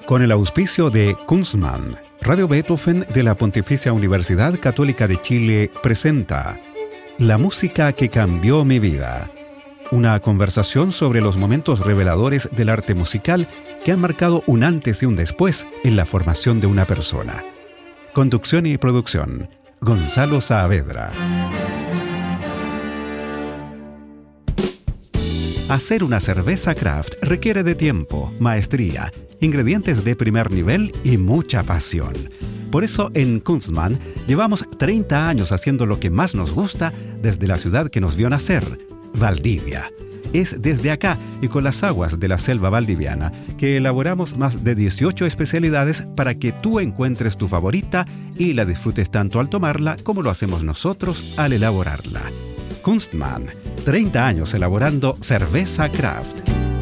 Con el auspicio de Kunstmann, Radio Beethoven de la Pontificia Universidad Católica de Chile presenta La música que cambió mi vida. Una conversación sobre los momentos reveladores del arte musical que han marcado un antes y un después en la formación de una persona. Conducción y producción, Gonzalo Saavedra. Hacer una cerveza craft requiere de tiempo, maestría, ingredientes de primer nivel y mucha pasión. Por eso en Kunstmann llevamos 30 años haciendo lo que más nos gusta desde la ciudad que nos vio nacer, Valdivia. Es desde acá y con las aguas de la selva valdiviana que elaboramos más de 18 especialidades para que tú encuentres tu favorita y la disfrutes tanto al tomarla como lo hacemos nosotros al elaborarla. Kunstmann, 30 años elaborando cerveza craft.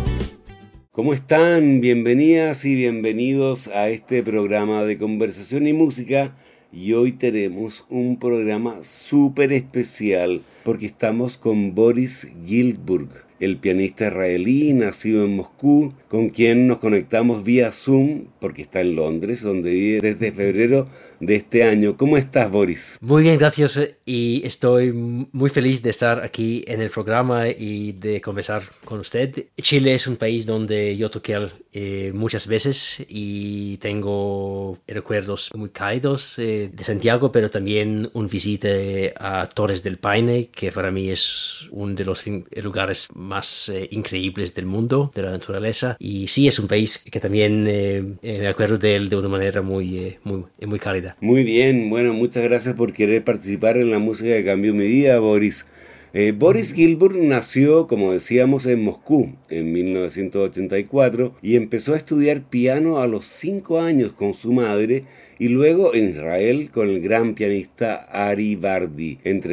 ¿Cómo están? Bienvenidas y bienvenidos a este programa de conversación y música. Y hoy tenemos un programa súper especial porque estamos con Boris Giltburg, el pianista israelí nacido en Moscú, con quien nos conectamos vía Zoom porque está en Londres, donde vive desde febrero de este año. ¿Cómo estás, Boris? Muy bien, gracias, y estoy muy feliz de estar aquí en el programa y de conversar con usted. Chile es un país donde yo toqué muchas veces y tengo recuerdos muy cálidos de Santiago, pero también un visita a Torres del Paine, que para mí es uno de los lugares más increíbles del mundo, de la naturaleza. Y sí, es un país que también me acuerdo de él de una manera muy cálida. Muy bien, bueno, muchas gracias por querer participar en la música que cambió mi vida, Boris. Boris Giltburg nació, como decíamos, en Moscú en 1984 y empezó a estudiar piano a los 5 años con su madre y luego en Israel con el gran pianista Ari Bardi entre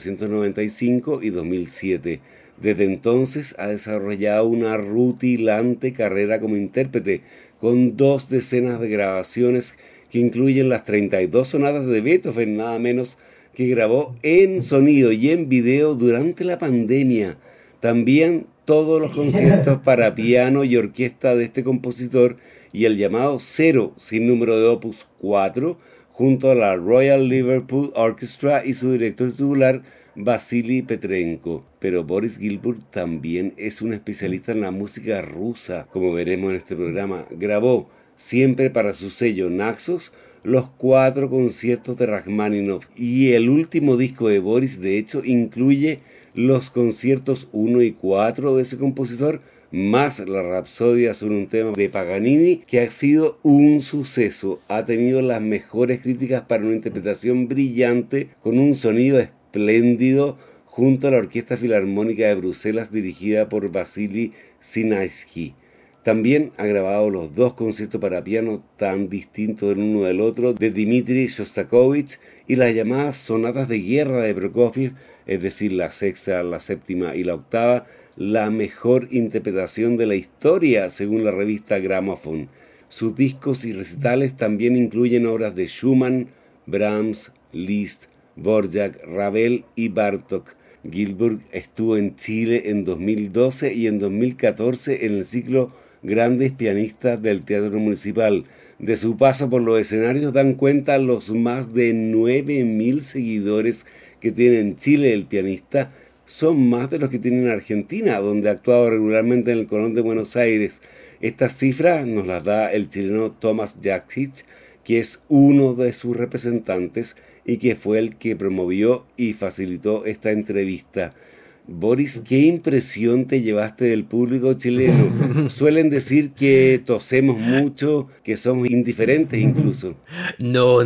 1995 y 2007. Desde entonces ha desarrollado una rutilante carrera como intérprete con 2 decenas de grabaciones que incluyen las 32 sonatas de Beethoven, nada menos, que grabó en sonido y en video durante la pandemia. También todos los conciertos para piano y orquesta de este compositor y el llamado Cero, sin número de opus 4, junto a la Royal Liverpool Orchestra y su director titular, Vasily Petrenko. Pero Boris Giltburg también es un especialista en la música rusa, como veremos en este programa. Grabó, siempre para su sello Naxos, los 4 conciertos de Rachmaninoff, y el último disco de Boris, de hecho, incluye los conciertos 1 y 4 de ese compositor, más la Rapsodia sobre un tema de Paganini, que ha sido un suceso. Ha tenido las mejores críticas para una interpretación brillante, con un sonido espléndido, junto a la Orquesta Filarmónica de Bruselas dirigida por Vasily Sinaisky. También ha grabado los 2 conciertos para piano tan distintos el uno del otro de Dmitri Shostakovich y las llamadas sonatas de guerra de Prokofiev, es decir, la 6ª, la 7ª y la 8ª, la mejor interpretación de la historia según la revista Gramophone. Sus discos y recitales también incluyen obras de Schumann, Brahms, Liszt, Dvorak, Ravel y Bartók. Giltburg estuvo en Chile en 2012 y en 2014 en el ciclo Grandes Pianistas del Teatro Municipal. De su paso por los escenarios dan cuenta los más de 9.000 seguidores que tiene en Chile el pianista. Son más de los que tiene en Argentina, donde ha actuado regularmente en el Colón de Buenos Aires. Estas cifras nos las da el chileno Tomás Jaksic, que es uno de sus representantes y que fue el que promovió y facilitó esta entrevista. Boris, ¿qué impresión te llevaste del público chileno? Suelen decir que tosemos mucho, que somos indiferentes incluso. No,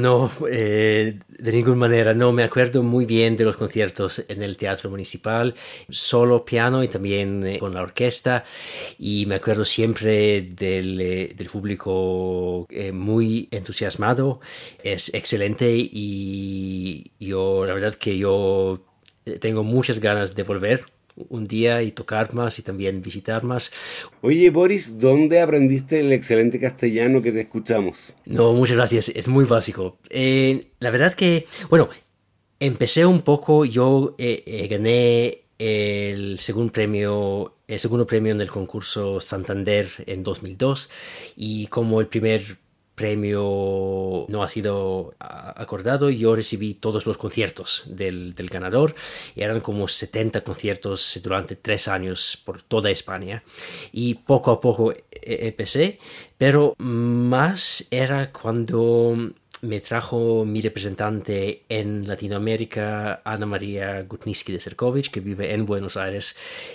de ninguna manera. No, me acuerdo muy bien de los conciertos en el Teatro Municipal, solo piano y también con la orquesta, y me acuerdo siempre del público muy entusiasmado. Es excelente y la verdad que yo tengo muchas ganas de volver un día y tocar más y también visitar más. Oye, Boris, ¿dónde aprendiste el excelente castellano que te escuchamos? No, muchas gracias, es muy básico. La verdad que, empecé un poco, yo gané el segundo premio el segundo premio en el concurso Santander en 2002 y como el primer premio no ha sido acordado, yo recibí todos los conciertos del ganador. Eran como 70 conciertos durante 3 años por toda España y poco a poco empecé, pero más era cuando me trajo mi representante en Latinoamérica, Ana María Gutniski de Serkovich, que vive en Buenos Aires,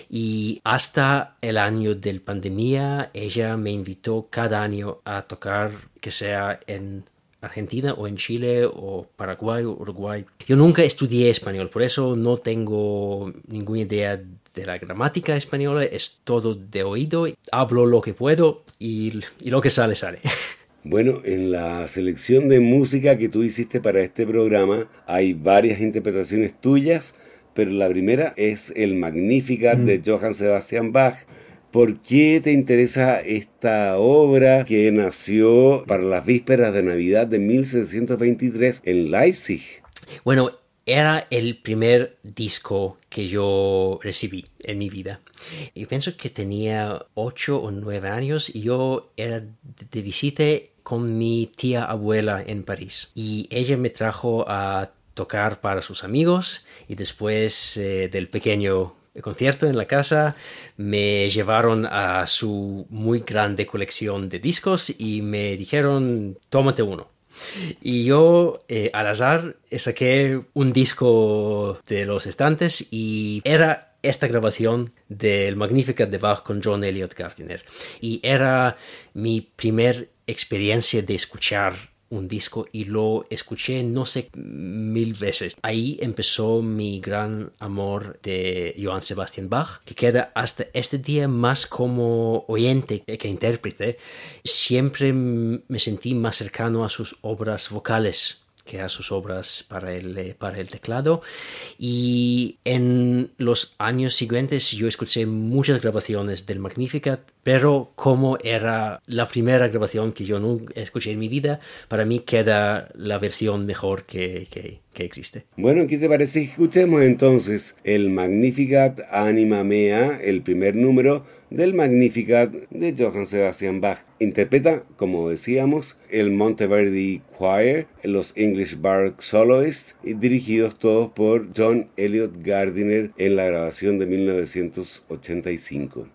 y hasta el año de la pandemia ella me invitó cada año a tocar, que sea en Argentina o en Chile o Paraguay o Uruguay. Yo nunca estudié español, por eso no tengo ninguna idea de la gramática española, es todo de oído, hablo lo que puedo y lo que sale, sale. Bueno, en la selección de música que tú hiciste para este programa hay varias interpretaciones tuyas, pero la primera es el Magnificat de Johann Sebastian Bach. ¿Por qué te interesa esta obra que nació para las vísperas de Navidad de 1723 en Leipzig? Bueno, era el primer disco que yo recibí en mi vida. Yo pienso que tenía 8 o 9 años y yo era de visita con mi tía abuela en París. Y ella me trajo a tocar para sus amigos y después del pequeño concierto en la casa me llevaron a su muy grande colección de discos y me dijeron, tómate uno. Y yo al azar saqué un disco de los estantes y era esta grabación del Magnificat de Bach con John Eliot Gardiner. Y era mi primer experiencia de escuchar un disco y lo escuché no sé 1000 veces. Ahí empezó mi gran amor de Johann Sebastian Bach, que queda hasta este día más como oyente que intérprete. Siempre me sentí más cercano a sus obras vocales que a sus obras para el teclado. Y en los años siguientes yo escuché muchas grabaciones del Magnificat, pero como era la primera grabación que yo nunca escuché en mi vida, para mí queda la versión mejor que existe. Bueno, ¿qué te parece si escuchemos entonces el Magnificat Anima Mea, el primer número del Magnificat de Johann Sebastian Bach? Interpreta, como decíamos, el Monteverdi Choir, los English Baroque Soloists, dirigidos todos por John Eliot Gardiner en la grabación de 1985.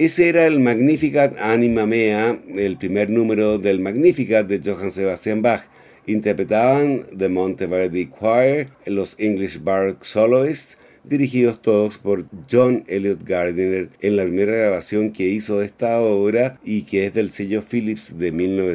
Ese era el Magnificat Anima Mea, el primer número del Magnificat de Johann Sebastian Bach. Interpretaban The Monteverdi Choir, los English Baroque Soloists, dirigidos todos por John Eliot Gardiner en la primera grabación que hizo de esta obra y que es del sello Philips de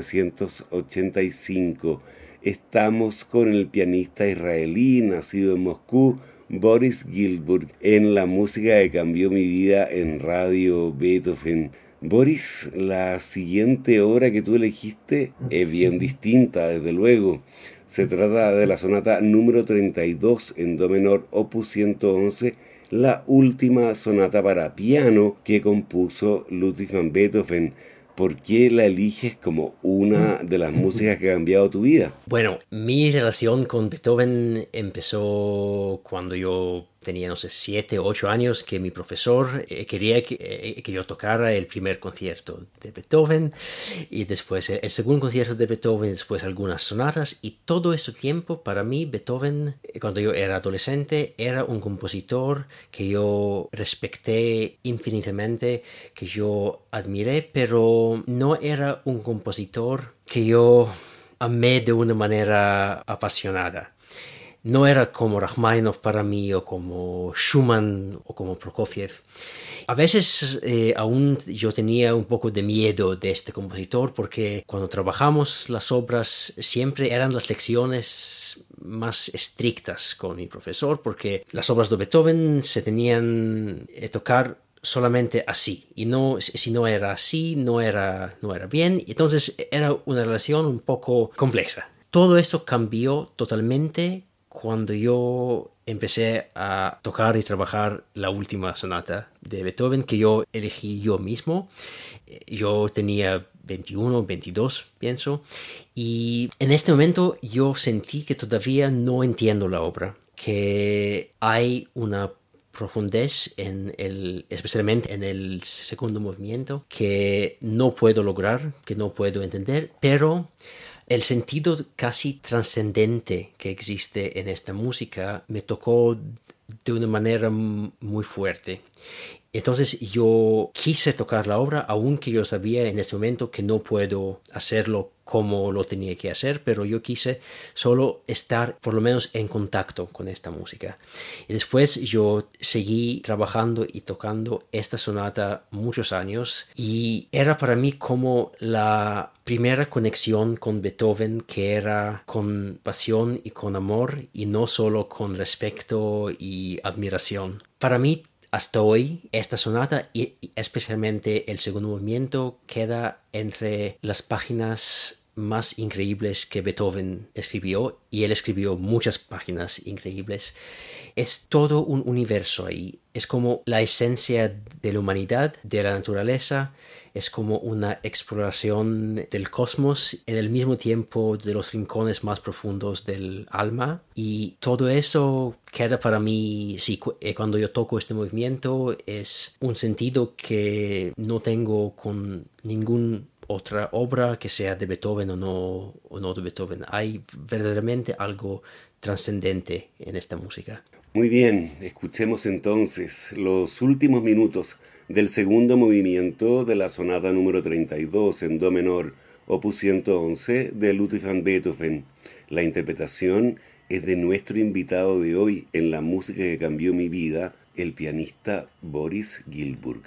1985. Estamos con el pianista israelí nacido en Moscú, Boris Giltburg, en la música que cambió mi vida en Radio Beethoven. Boris, la siguiente obra que tú elegiste es bien distinta, desde luego. Se trata de la sonata número 32 en do menor, opus 111, la última sonata para piano que compuso Ludwig van Beethoven. ¿Por qué la eliges como una de las músicas que ha cambiado tu vida? Bueno, mi relación con Beethoven empezó cuando yo tenía, no sé, 7 o 8 años, que mi profesor quería que yo tocara el primer concierto de Beethoven y después el segundo concierto de Beethoven, después algunas sonatas, y todo ese tiempo para mí Beethoven, cuando yo era adolescente, era un compositor que yo respeté infinitamente, que yo admiré, pero no era un compositor que yo amé de una manera apasionada. No era como Rachmaninoff para mí, o como Schumann, o como Prokofiev. A veces aún yo tenía un poco de miedo de este compositor, porque cuando trabajamos las obras siempre eran las lecciones más estrictas con mi profesor, porque las obras de Beethoven se tenían que tocar solamente así, y no, si no era así, no era bien. Entonces era una relación un poco compleja. Todo esto cambió totalmente cuando yo empecé a tocar y trabajar la última sonata de Beethoven, que yo elegí yo mismo. Yo tenía 21, 22, pienso, y en este momento yo sentí que todavía no entiendo la obra, que hay una profundez especialmente en el segundo movimiento, que no puedo lograr, que no puedo entender, pero el sentido casi trascendente que existe en esta música me tocó de una manera muy fuerte. Entonces yo quise tocar la obra, aunque yo sabía en este momento que no puedo hacerlo como lo tenía que hacer, pero yo quise solo estar por lo menos en contacto con esta música. Y después yo seguí trabajando y tocando esta sonata muchos años, y era para mí como la primera conexión con Beethoven, que era con pasión y con amor, y no solo con respeto y admiración. Para mí, hasta hoy, esta sonata, y especialmente el segundo movimiento, queda entre las páginas más increíbles que Beethoven escribió, y él escribió muchas páginas increíbles. Es todo un universo ahí. Es como la esencia de la humanidad, de la naturaleza. Es como una exploración del cosmos, en el mismo tiempo de los rincones más profundos del alma. Y todo eso queda para mí, sí, cuando yo toco este movimiento, es un sentido que no tengo con ningún otra obra, que sea de Beethoven o no de Beethoven. Hay verdaderamente algo trascendente en esta música. Muy bien, escuchemos entonces los últimos minutos del segundo movimiento de la sonata número 32 en do menor, opus 111 de Ludwig van Beethoven. La interpretación es de nuestro invitado de hoy en la música que cambió mi vida, el pianista Boris Giltburg.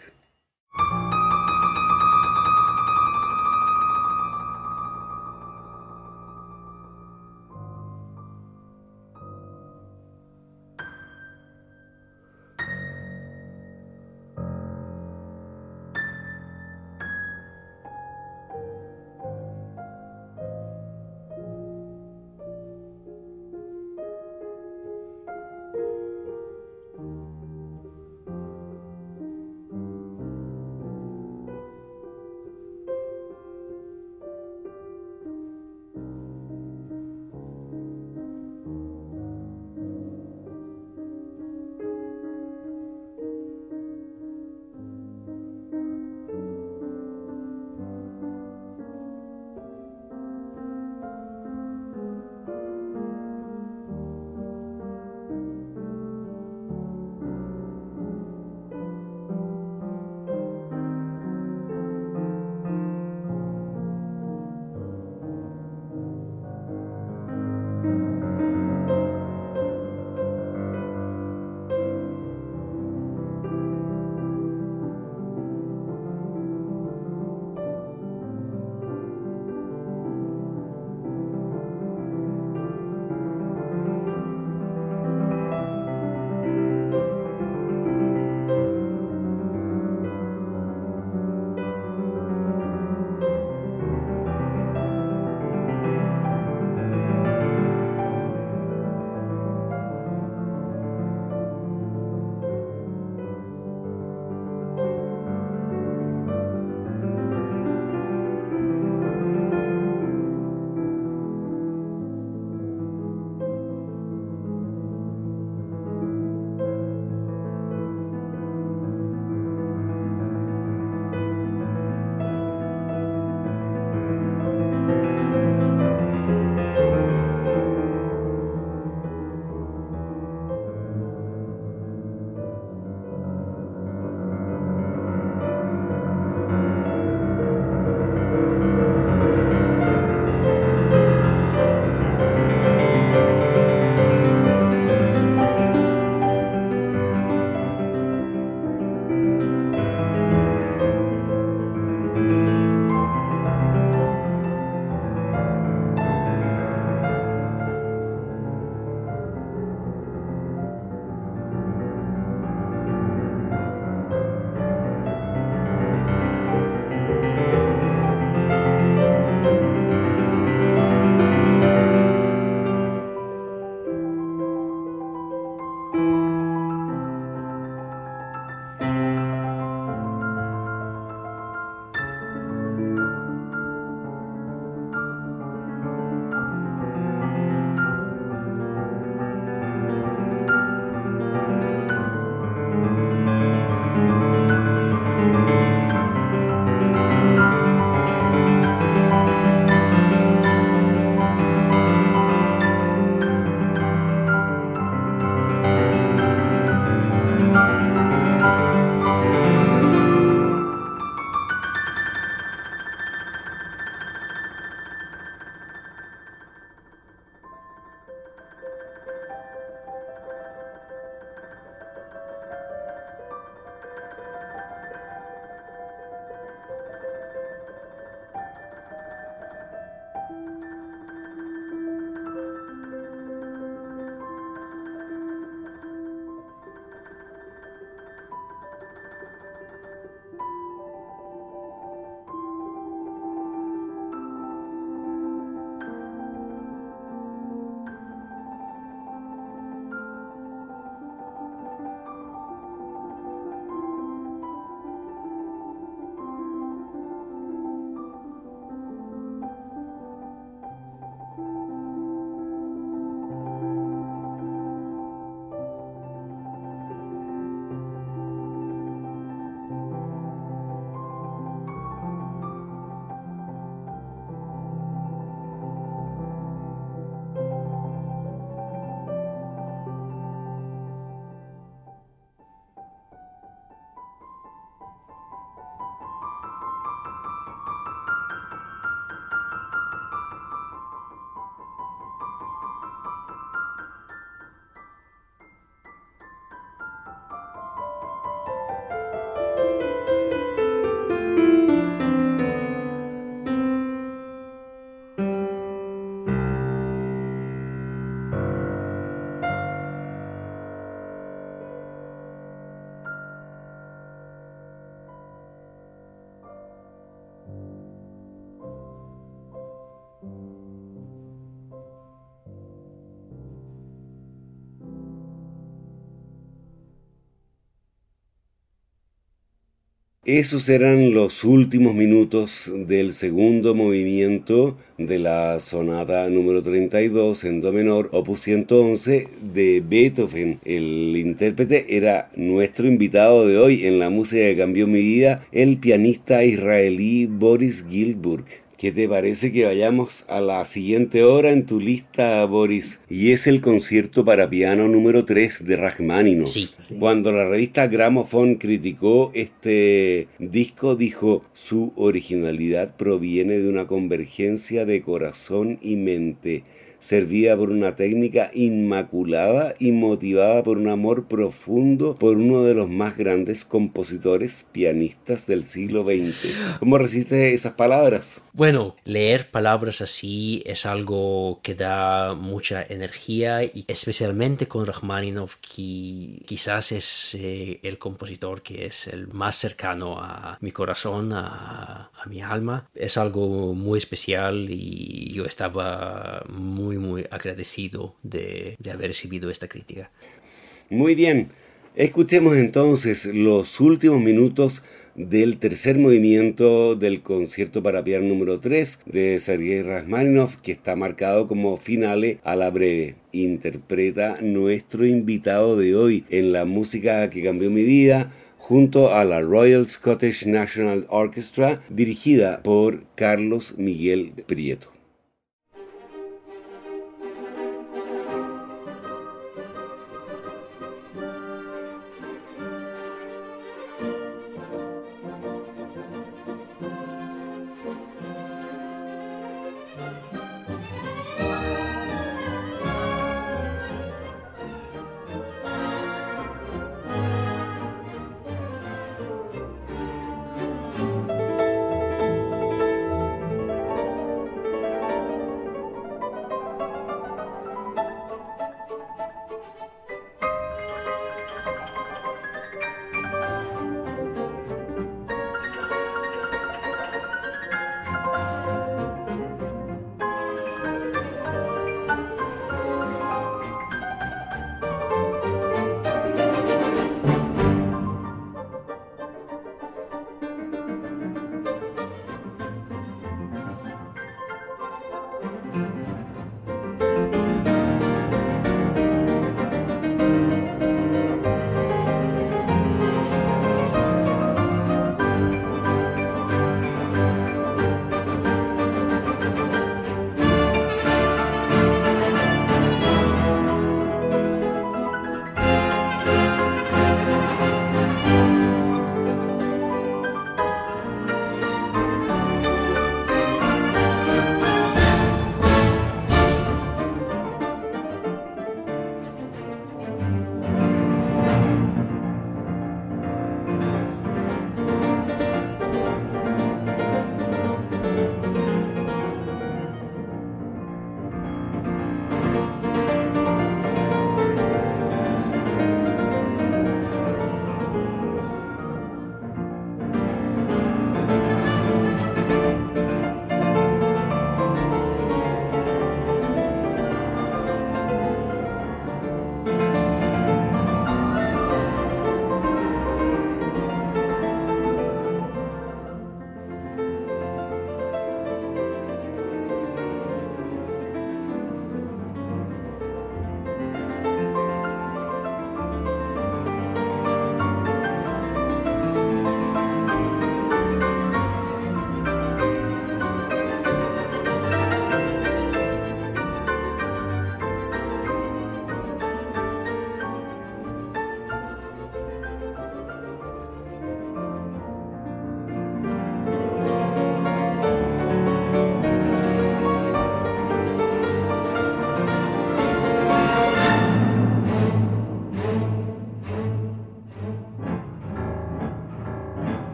Esos eran los últimos minutos del segundo movimiento de la sonata número 32 en do menor, opus 111 de Beethoven. El intérprete era nuestro invitado de hoy en la música que cambió mi vida, el pianista israelí Boris Giltburg. ¿Qué te parece que vayamos a la siguiente hora en tu lista, Boris? Y es el concierto para piano número 3 de Rachmaninoff. Sí. Cuando la revista Gramophone criticó este disco, dijo: su originalidad proviene de una convergencia de corazón y mente, servida por una técnica inmaculada y motivada por un amor profundo por uno de los más grandes compositores pianistas del siglo XX. ¿Cómo resistes esas palabras? Bueno, leer palabras así es algo que da mucha energía, y especialmente con Rachmaninoff, que quizás es el compositor que es el más cercano a mi corazón, a mi alma. Es algo muy especial y yo estaba muy agradecido de haber recibido esta crítica. Muy bien, escuchemos entonces los últimos minutos del tercer movimiento del concierto para piano número 3 de Sergei Rachmaninoff, que está marcado como finale a la breve. Interpreta nuestro invitado de hoy en la música que cambió mi vida, junto a la Royal Scottish National Orchestra, dirigida por Carlos Miguel Prieto.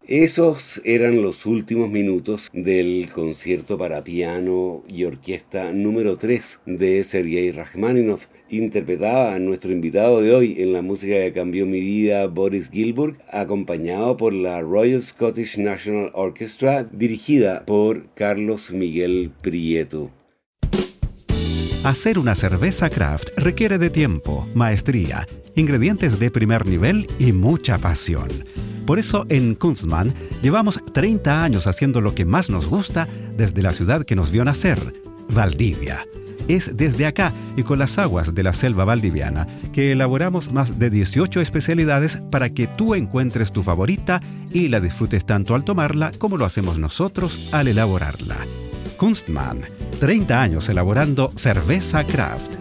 Esos eran los últimos minutos del concierto para piano y orquesta número 3 de Sergei Rachmaninoff, interpretada a nuestro invitado de hoy en la música que cambió mi vida, Boris Gilmour, acompañado por la Royal Scottish National Orchestra, dirigida por Carlos Miguel Prieto. Hacer una cerveza craft requiere de tiempo, maestría, ingredientes de primer nivel y mucha pasión. Por eso en Kunstmann llevamos 30 años haciendo lo que más nos gusta desde la ciudad que nos vio nacer, Valdivia. Es desde acá y con las aguas de la selva valdiviana que elaboramos más de 18 especialidades para que tú encuentres tu favorita y la disfrutes tanto al tomarla como lo hacemos nosotros al elaborarla. Kunstmann, 30 años elaborando cerveza craft.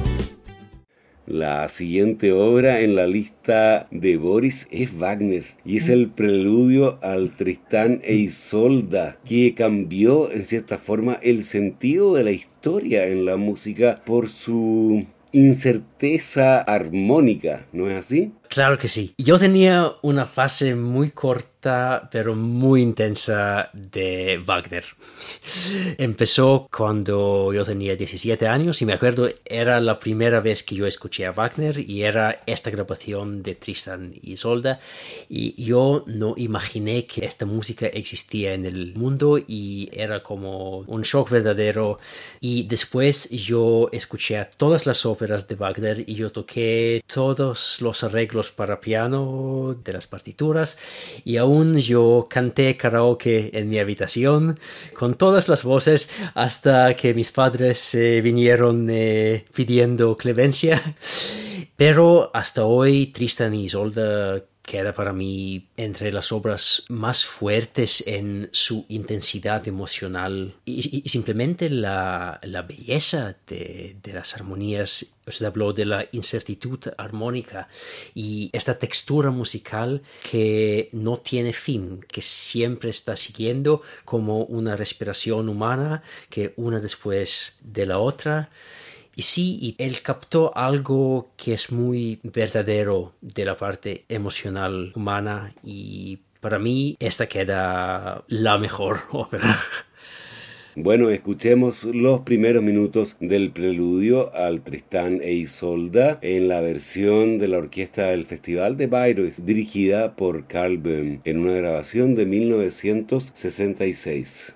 La siguiente obra en la lista de Boris es Wagner y es el preludio al Tristán e Isolda, que cambió en cierta forma el sentido de la historia en la música por su incerteza armónica, ¿no es así? Claro que sí. Yo tenía una fase muy corta, pero muy intensa de Wagner. Empezó cuando yo tenía 17 años y me acuerdo, era la primera vez que yo escuché a Wagner y era esta grabación de Tristan y Isolda y yo no imaginé que esta música existía en el mundo y era como un shock verdadero. Y después yo escuché a todas las óperas de Wagner y yo toqué todos los arreglos para piano de las partituras y aún yo canté karaoke en mi habitación con todas las voces hasta que mis padres vinieron pidiendo clemencia. Pero hasta hoy Tristan y Isolda queda para mí entre las obras más fuertes en su intensidad emocional y simplemente la belleza de las armonías. Usted habló de la incertidumbre armónica y esta textura musical que no tiene fin, que siempre está siguiendo como una respiración humana que una después de la otra. Y sí, y él captó algo que es muy verdadero de la parte emocional humana y para mí esta queda la mejor ópera. Bueno, escuchemos los primeros minutos del preludio al Tristán e Isolda en la versión de la orquesta del Festival de Bayreuth, dirigida por Karl Böhm, en una grabación de 1966.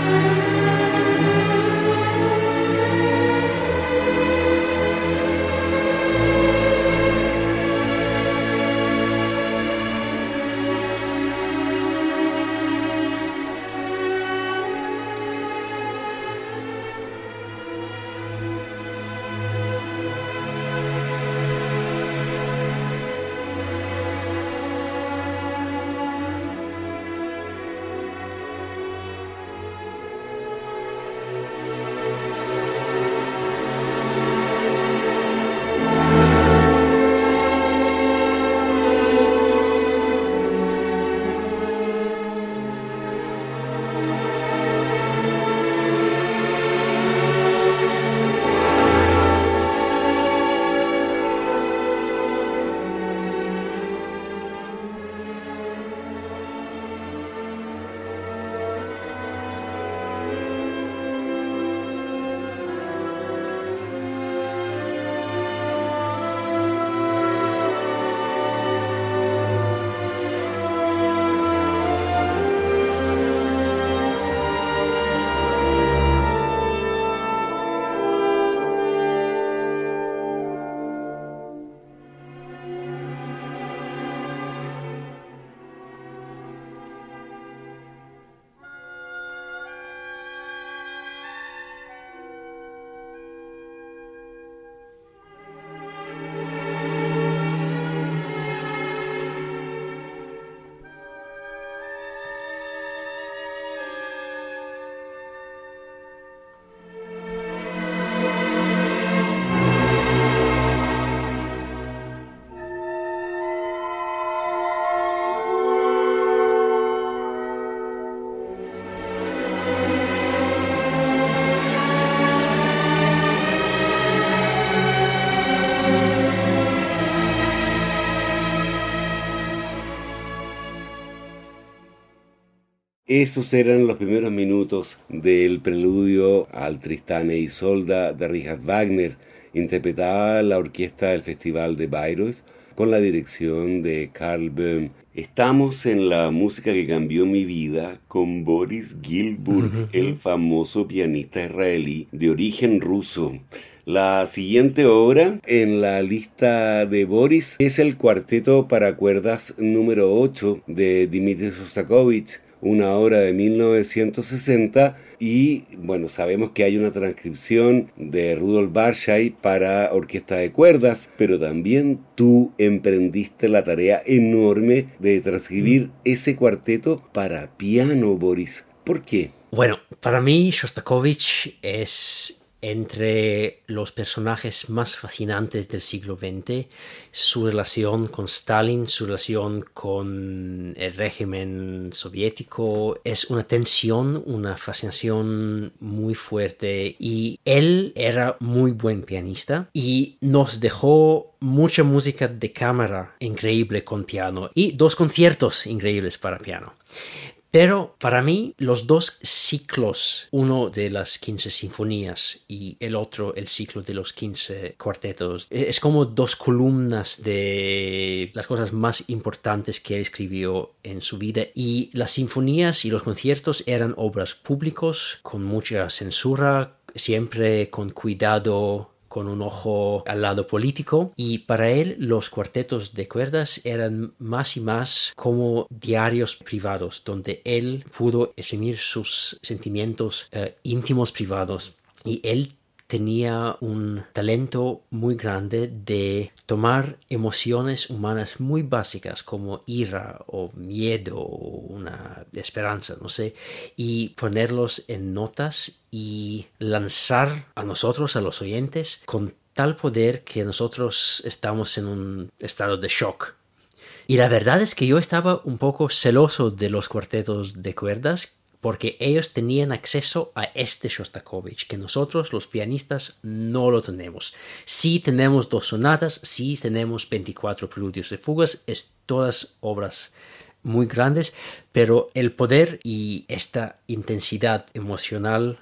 Esos eran los primeros minutos del preludio al Tristán e Isolda de Richard Wagner, interpretada la orquesta del Festival de Bayreuth con la dirección de Karl Böhm. Estamos en la música que cambió mi vida con Boris Gilburg, el famoso pianista israelí de origen ruso. La siguiente obra en la lista de Boris es el cuarteto para cuerdas número 8 de Dmitri Shostakovich, una obra de 1960, y bueno, sabemos que hay una transcripción de Rudolf Barshai para orquesta de cuerdas, pero también tú emprendiste la tarea enorme de transcribir ese cuarteto para piano, Boris. ¿Por qué? Bueno, para mí Shostakovich es entre los personajes más fascinantes del siglo XX. Su relación con Stalin, su relación con el régimen soviético, es una tensión, una fascinación muy fuerte. Y él era muy buen pianista y nos dejó mucha música de cámara increíble con piano y 2 conciertos increíbles para piano. Pero para mí los 2 ciclos, uno de las 15 sinfonías y el otro el ciclo de los 15 cuartetos, es como 2 columnas de las cosas más importantes que él escribió en su vida. Y las sinfonías y los conciertos eran obras públicas con mucha censura, siempre con cuidado, con un ojo al lado político, y para él los cuartetos de cuerdas eran más y más como diarios privados, donde él pudo exprimir sus sentimientos íntimos privados, y él tenía un talento muy grande de tomar emociones humanas muy básicas como ira o miedo o una esperanza, no sé, y ponerlos en notas y lanzar a nosotros, a los oyentes, con tal poder que nosotros estamos en un estado de shock. Y la verdad es que yo estaba un poco celoso de los cuartetos de cuerdas, porque ellos tenían acceso a este Shostakovich, que nosotros los pianistas no lo tenemos. Sí tenemos 2 sonatas, sí tenemos 24 preludios y fugas, es todas obras muy grandes, pero el poder y esta intensidad emocional,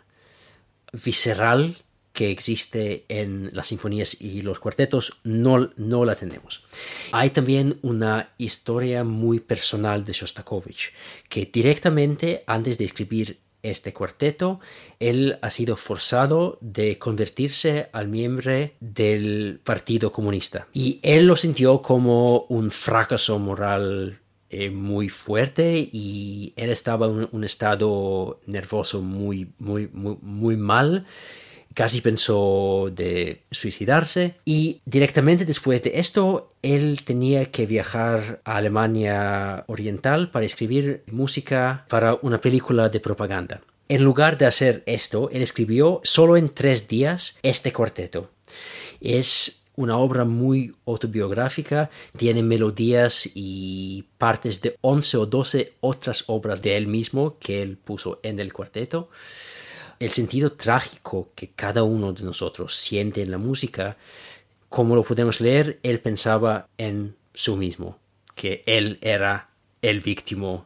visceral, que existe en las sinfonías y los cuartetos, no la tenemos. Hay también una historia muy personal de Shostakovich, que directamente antes de escribir este cuarteto, él ha sido forzado de convertirse al miembro del Partido Comunista. Y él lo sintió como un fracaso moral muy fuerte, y él estaba en un estado nervioso muy mal. Casi pensó de suicidarse, y directamente después de esto él tenía que viajar a Alemania Oriental para escribir música para una película de propaganda. En lugar de hacer esto, él escribió solo en 3 días este cuarteto. Es una obra muy autobiográfica, tiene melodías y partes de 11 o 12 otras obras de él mismo que él puso en el cuarteto. El sentido trágico que cada uno de nosotros siente en la música, como lo podemos leer, él pensaba en sí mismo, que él era el víctima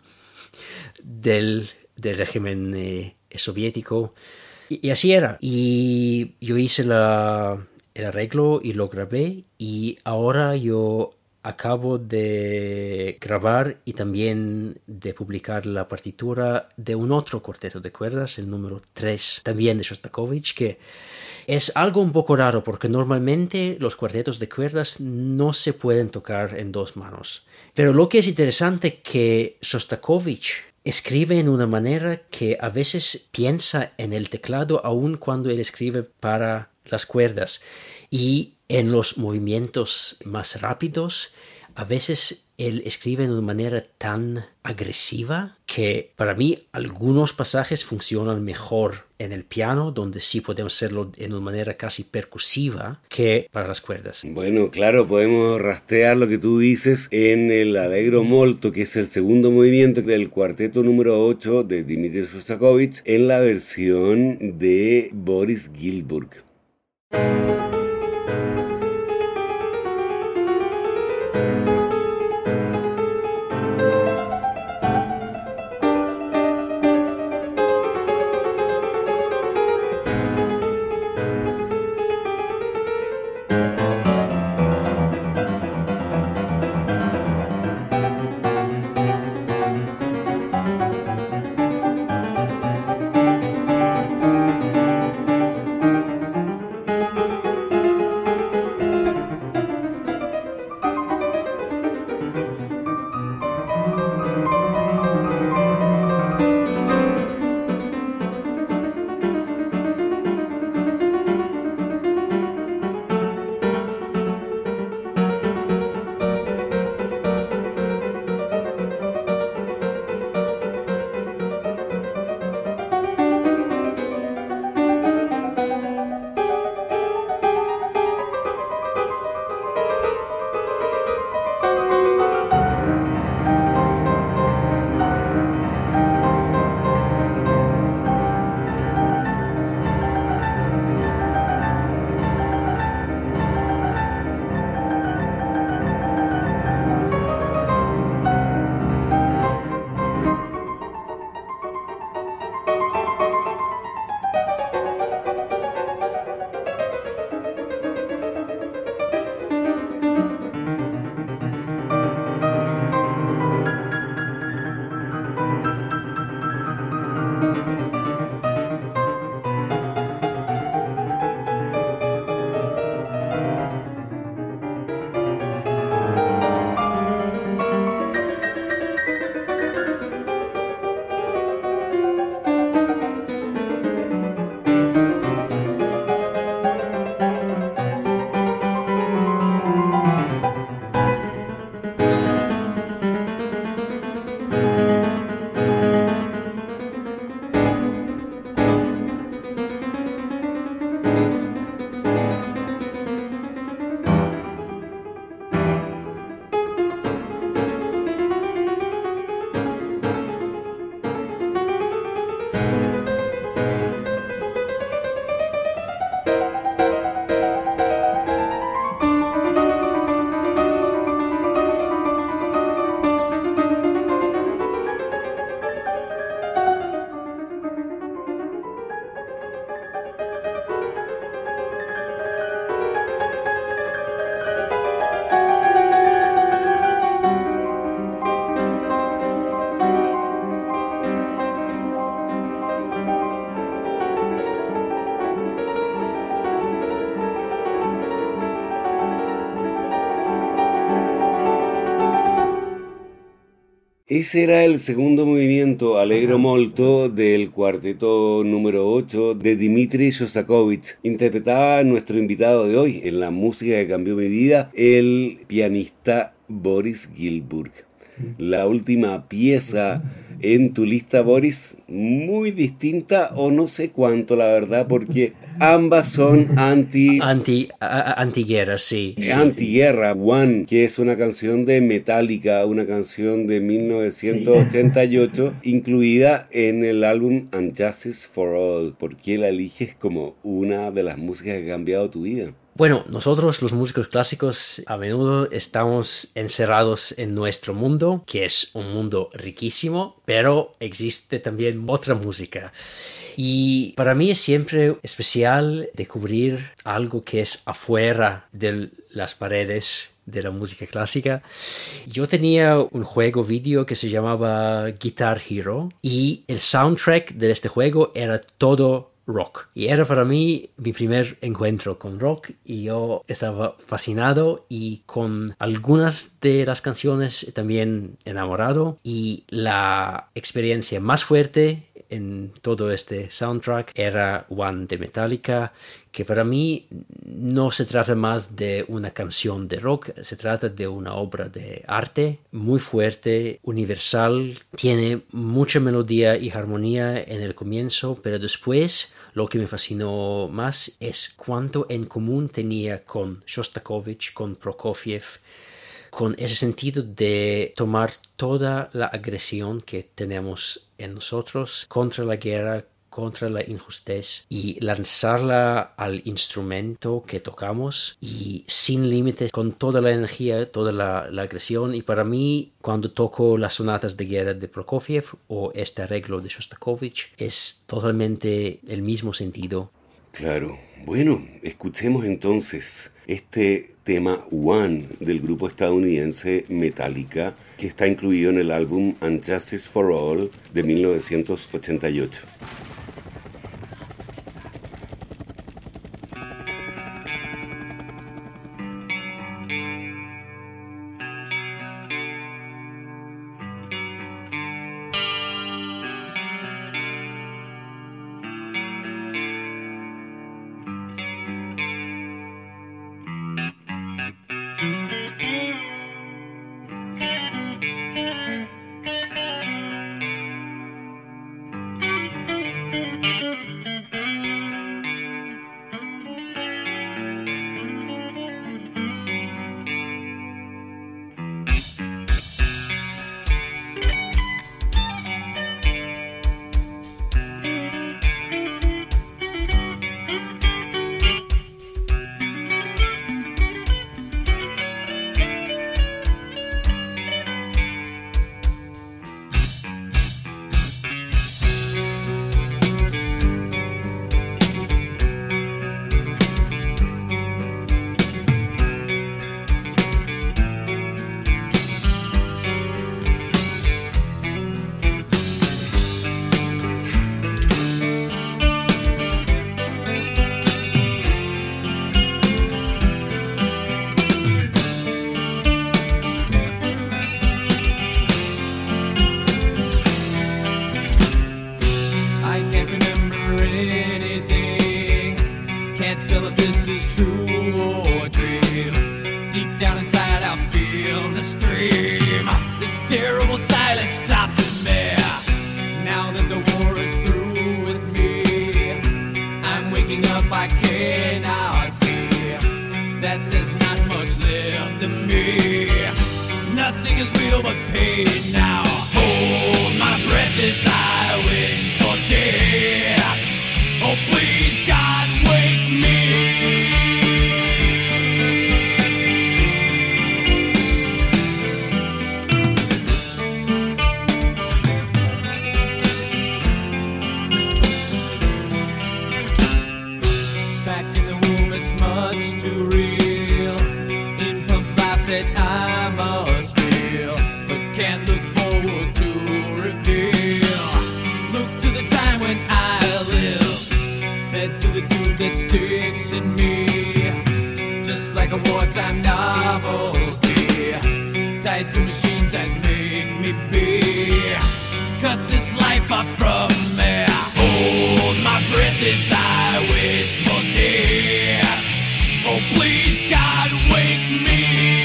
del régimen soviético, y así era. Y yo hice el arreglo y lo grabé, y ahora yo acabo de grabar y también de publicar la partitura de un otro cuarteto de cuerdas, el número 3, también de Shostakovich, que es algo un poco raro porque normalmente los cuartetos de cuerdas no se pueden tocar en 2 manos. Pero lo que es interesante es que Shostakovich escribe en una manera que a veces piensa en el teclado aun cuando él escribe para las cuerdas. Y en los movimientos más rápidos, a veces él escribe de una manera tan agresiva que para mí algunos pasajes funcionan mejor en el piano, donde sí podemos hacerlo de una manera casi percusiva, que para las cuerdas. Bueno, claro, podemos rastrear lo que tú dices en el Allegro Molto, que es el segundo movimiento del cuarteto número 8 de Dmitri Shostakovich, en la versión de Boris Gilburg. Ese era el segundo movimiento Allegro molto del cuarteto número 8 de Dmitri Shostakovich. Interpretaba a nuestro invitado de hoy en la música que cambió mi vida, el pianista Boris Giltburg. La última pieza en tu lista, Boris, muy distinta o no sé cuánto, la verdad, porque ambas son antiguerra, sí. Antiguerra, One, que es una canción de Metallica, una canción de 1988, incluida en el álbum And Justice for All. ¿Por qué la eliges como una de las músicas que ha cambiado tu vida? Bueno, nosotros los músicos clásicos a menudo estamos encerrados en nuestro mundo, que es un mundo riquísimo, pero existe también otra música. Y para mí es siempre especial descubrir algo que es afuera de las paredes de la música clásica. Yo tenía un juego video que se llamaba Guitar Hero y el soundtrack de este juego era todo rock. Y era para mí mi primer encuentro con rock y yo estaba fascinado y con algunas de las canciones también enamorado. Y la experiencia más fuerte en todo este soundtrack era One de Metallica, que para mí no se trata más de una canción de rock, se trata de una obra de arte muy fuerte, universal, tiene mucha melodía y armonía en el comienzo, pero después lo que me fascinó más es cuánto en común tenía con Shostakovich, con Prokofiev, con ese sentido de tomar toda la agresión que tenemos en nosotros contra la guerra, contra la injusticia y lanzarla al instrumento que tocamos y sin límites, con toda la energía, toda la agresión. Y para mí, cuando toco las sonatas de guerra de Prokofiev o este arreglo de Shostakovich, es totalmente el mismo sentido. Claro. Bueno, escuchemos entonces este tema One del grupo estadounidense Metallica, que está incluido en el álbum And Justice for All de 1988. Just like a wartime novelty, tied to machines that make me be. Cut this life off from me. Hold my breath as I wish for death. Oh, please, God, wake me.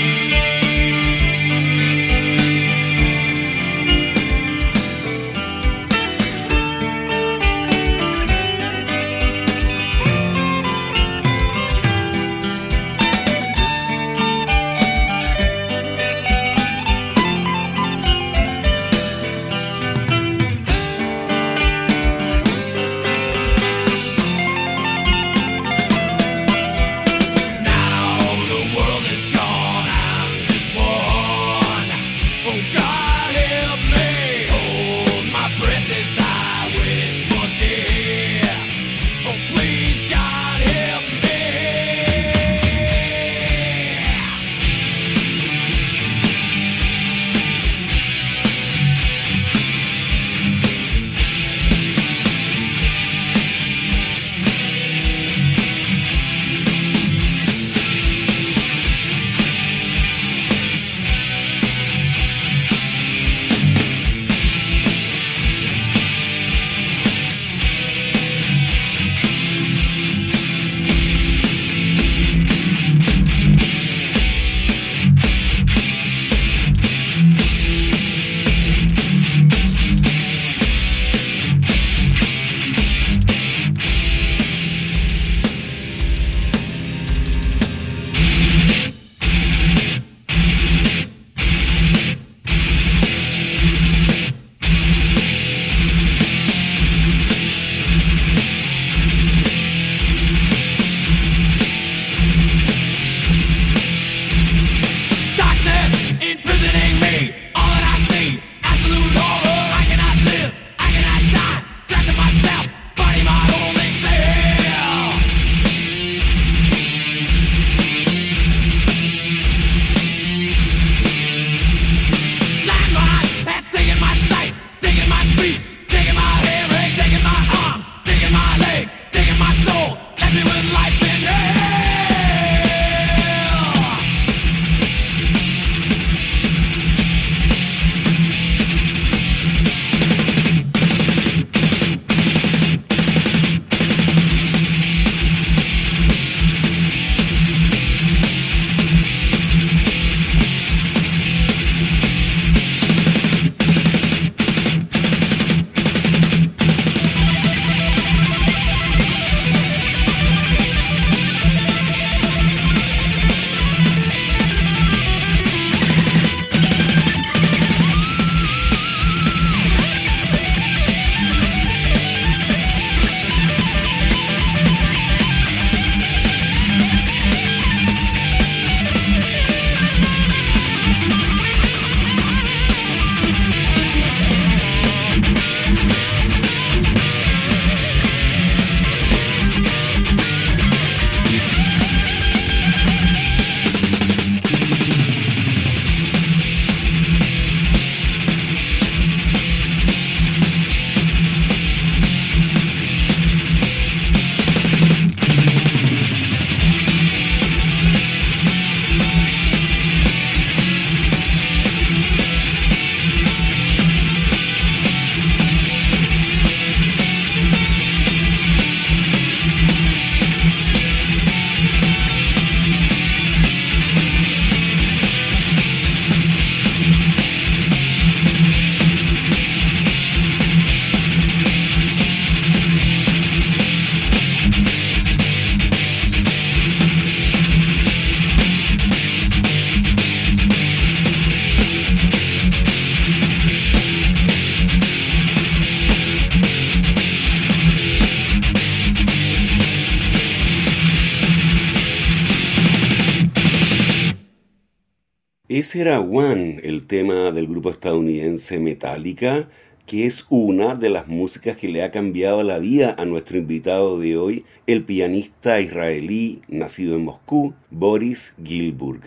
Ese era One, el tema del grupo estadounidense Metallica, que es una de las músicas que le ha cambiado la vida a nuestro invitado de hoy, el pianista israelí nacido en Moscú, Boris Gilburg.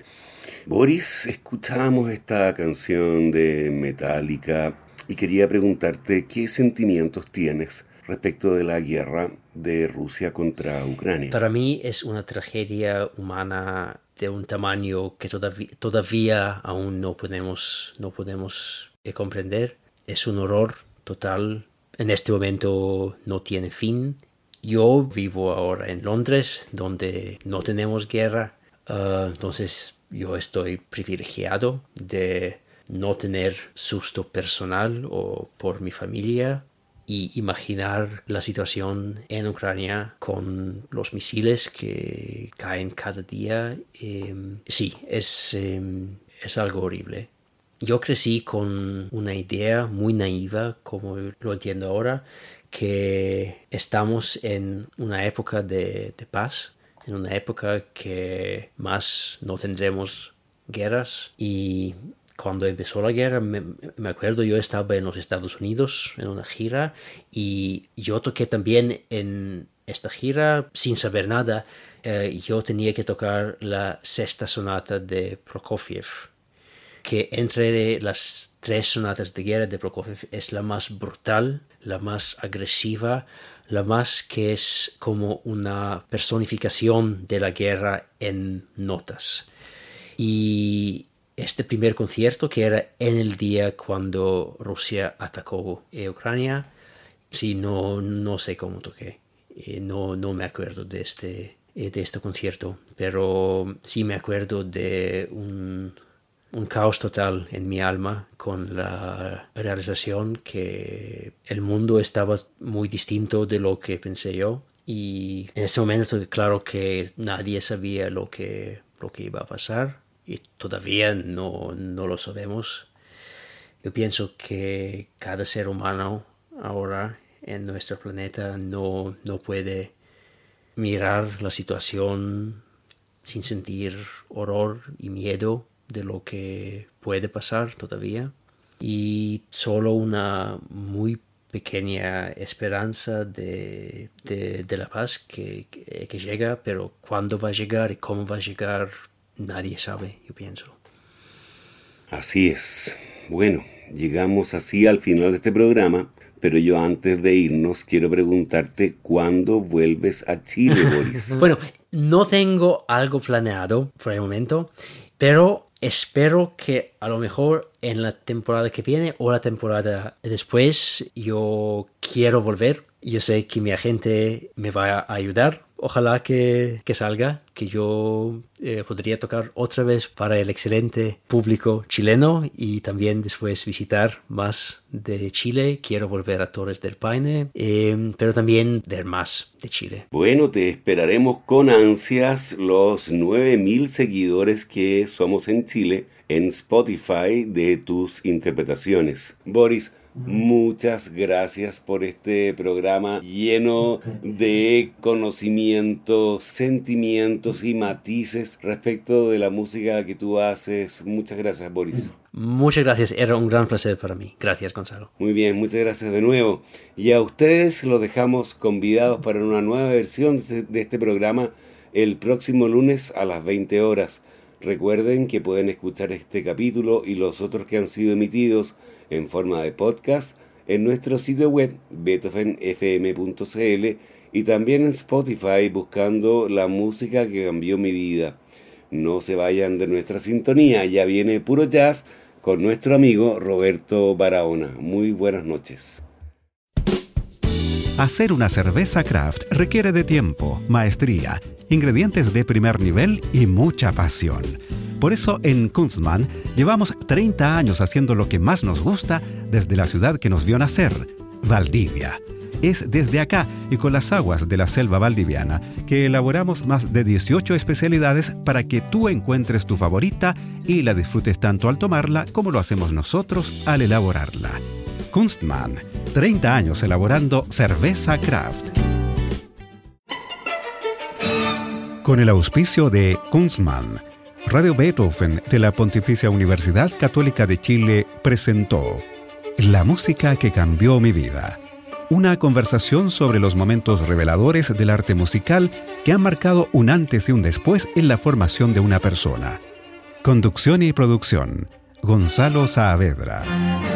Boris, escuchábamos esta canción de Metallica y quería preguntarte qué sentimientos tienes respecto de la guerra de Rusia contra Ucrania. Para mí es una tragedia humana de un tamaño que todavía aún no podemos comprender. Es un horror total. En este momento no tiene fin. Yo vivo ahora en Londres, donde no tenemos guerra. Entonces yo estoy privilegiado de no tener susto personal o por mi familia, y imaginar la situación en Ucrania con los misiles que caen cada día. Sí, es algo horrible. Yo crecí con una idea muy naiva, como lo entiendo ahora, que estamos en una época de paz, en una época que más no tendremos guerras. Y cuando empezó la guerra, me acuerdo, yo estaba en los Estados Unidos en una gira, y yo toqué también en esta gira sin saber nada. Yo tenía que tocar la sexta sonata de Prokofiev, que entre las 3 sonatas de guerra de Prokofiev es la más brutal, la más agresiva, la más que es como una personificación de la guerra en notas. Y este primer concierto, que era en el día cuando Rusia atacó Ucrania, sí, no sé cómo toqué. No me acuerdo de este concierto, pero sí me acuerdo de un caos total en mi alma, con la realización que el mundo estaba muy distinto de lo que pensé yo. Y en ese momento, claro que nadie sabía lo que iba a pasar, y todavía no lo sabemos. Yo pienso que cada ser humano ahora en nuestro planeta no puede mirar la situación sin sentir horror y miedo de lo que puede pasar todavía, y solo una muy pequeña esperanza de la paz que llega, pero cuándo va a llegar y cómo va a llegar nadie sabe, yo pienso. Así es. Bueno, llegamos así al final de este programa, pero yo antes de irnos quiero preguntarte ¿cuándo vuelves a Chile, Boris? Bueno, no tengo algo planeado por el momento, pero espero que a lo mejor en la temporada que viene o la temporada después yo quiero volver. Yo sé que mi agente me va a ayudar. Ojalá que salga, que yo podría tocar otra vez para el excelente público chileno, y también después visitar más de Chile. Quiero volver a Torres del Paine, pero también ver más de Chile. Bueno, te esperaremos con ansias, los 9.000 seguidores que somos en Chile en Spotify de tus interpretaciones. Boris, muchas gracias por este programa lleno de conocimientos, sentimientos y matices respecto de la música que tú haces. Muchas gracias, Boris. Muchas gracias, era un gran placer para mí. Gracias, Gonzalo. Muy bien, muchas gracias de nuevo. Y a ustedes los dejamos convidados para una nueva versión de este programa el próximo lunes a las 20 horas. Recuerden que pueden escuchar este capítulo y los otros que han sido emitidos en forma de podcast en nuestro sitio web beethovenfm.cl y también en Spotify buscando la música que cambió mi vida. No se vayan de nuestra sintonía, ya viene Puro Jazz con nuestro amigo Roberto Barahona. Muy buenas noches. Hacer una cerveza craft requiere de tiempo, maestría, ingredientes de primer nivel y mucha pasión. Por eso en Kunstmann llevamos 30 años haciendo lo que más nos gusta desde la ciudad que nos vio nacer, Valdivia. Es desde acá y con las aguas de la selva valdiviana que elaboramos más de 18 especialidades para que tú encuentres tu favorita y la disfrutes tanto al tomarla como lo hacemos nosotros al elaborarla. Kunstmann, 30 años elaborando cerveza craft. Con el auspicio de Kunstmann, Radio Beethoven de la Pontificia Universidad Católica de Chile presentó La música que cambió mi vida. Una conversación sobre los momentos reveladores del arte musical que han marcado un antes y un después en la formación de una persona. Conducción y producción, Gonzalo Saavedra.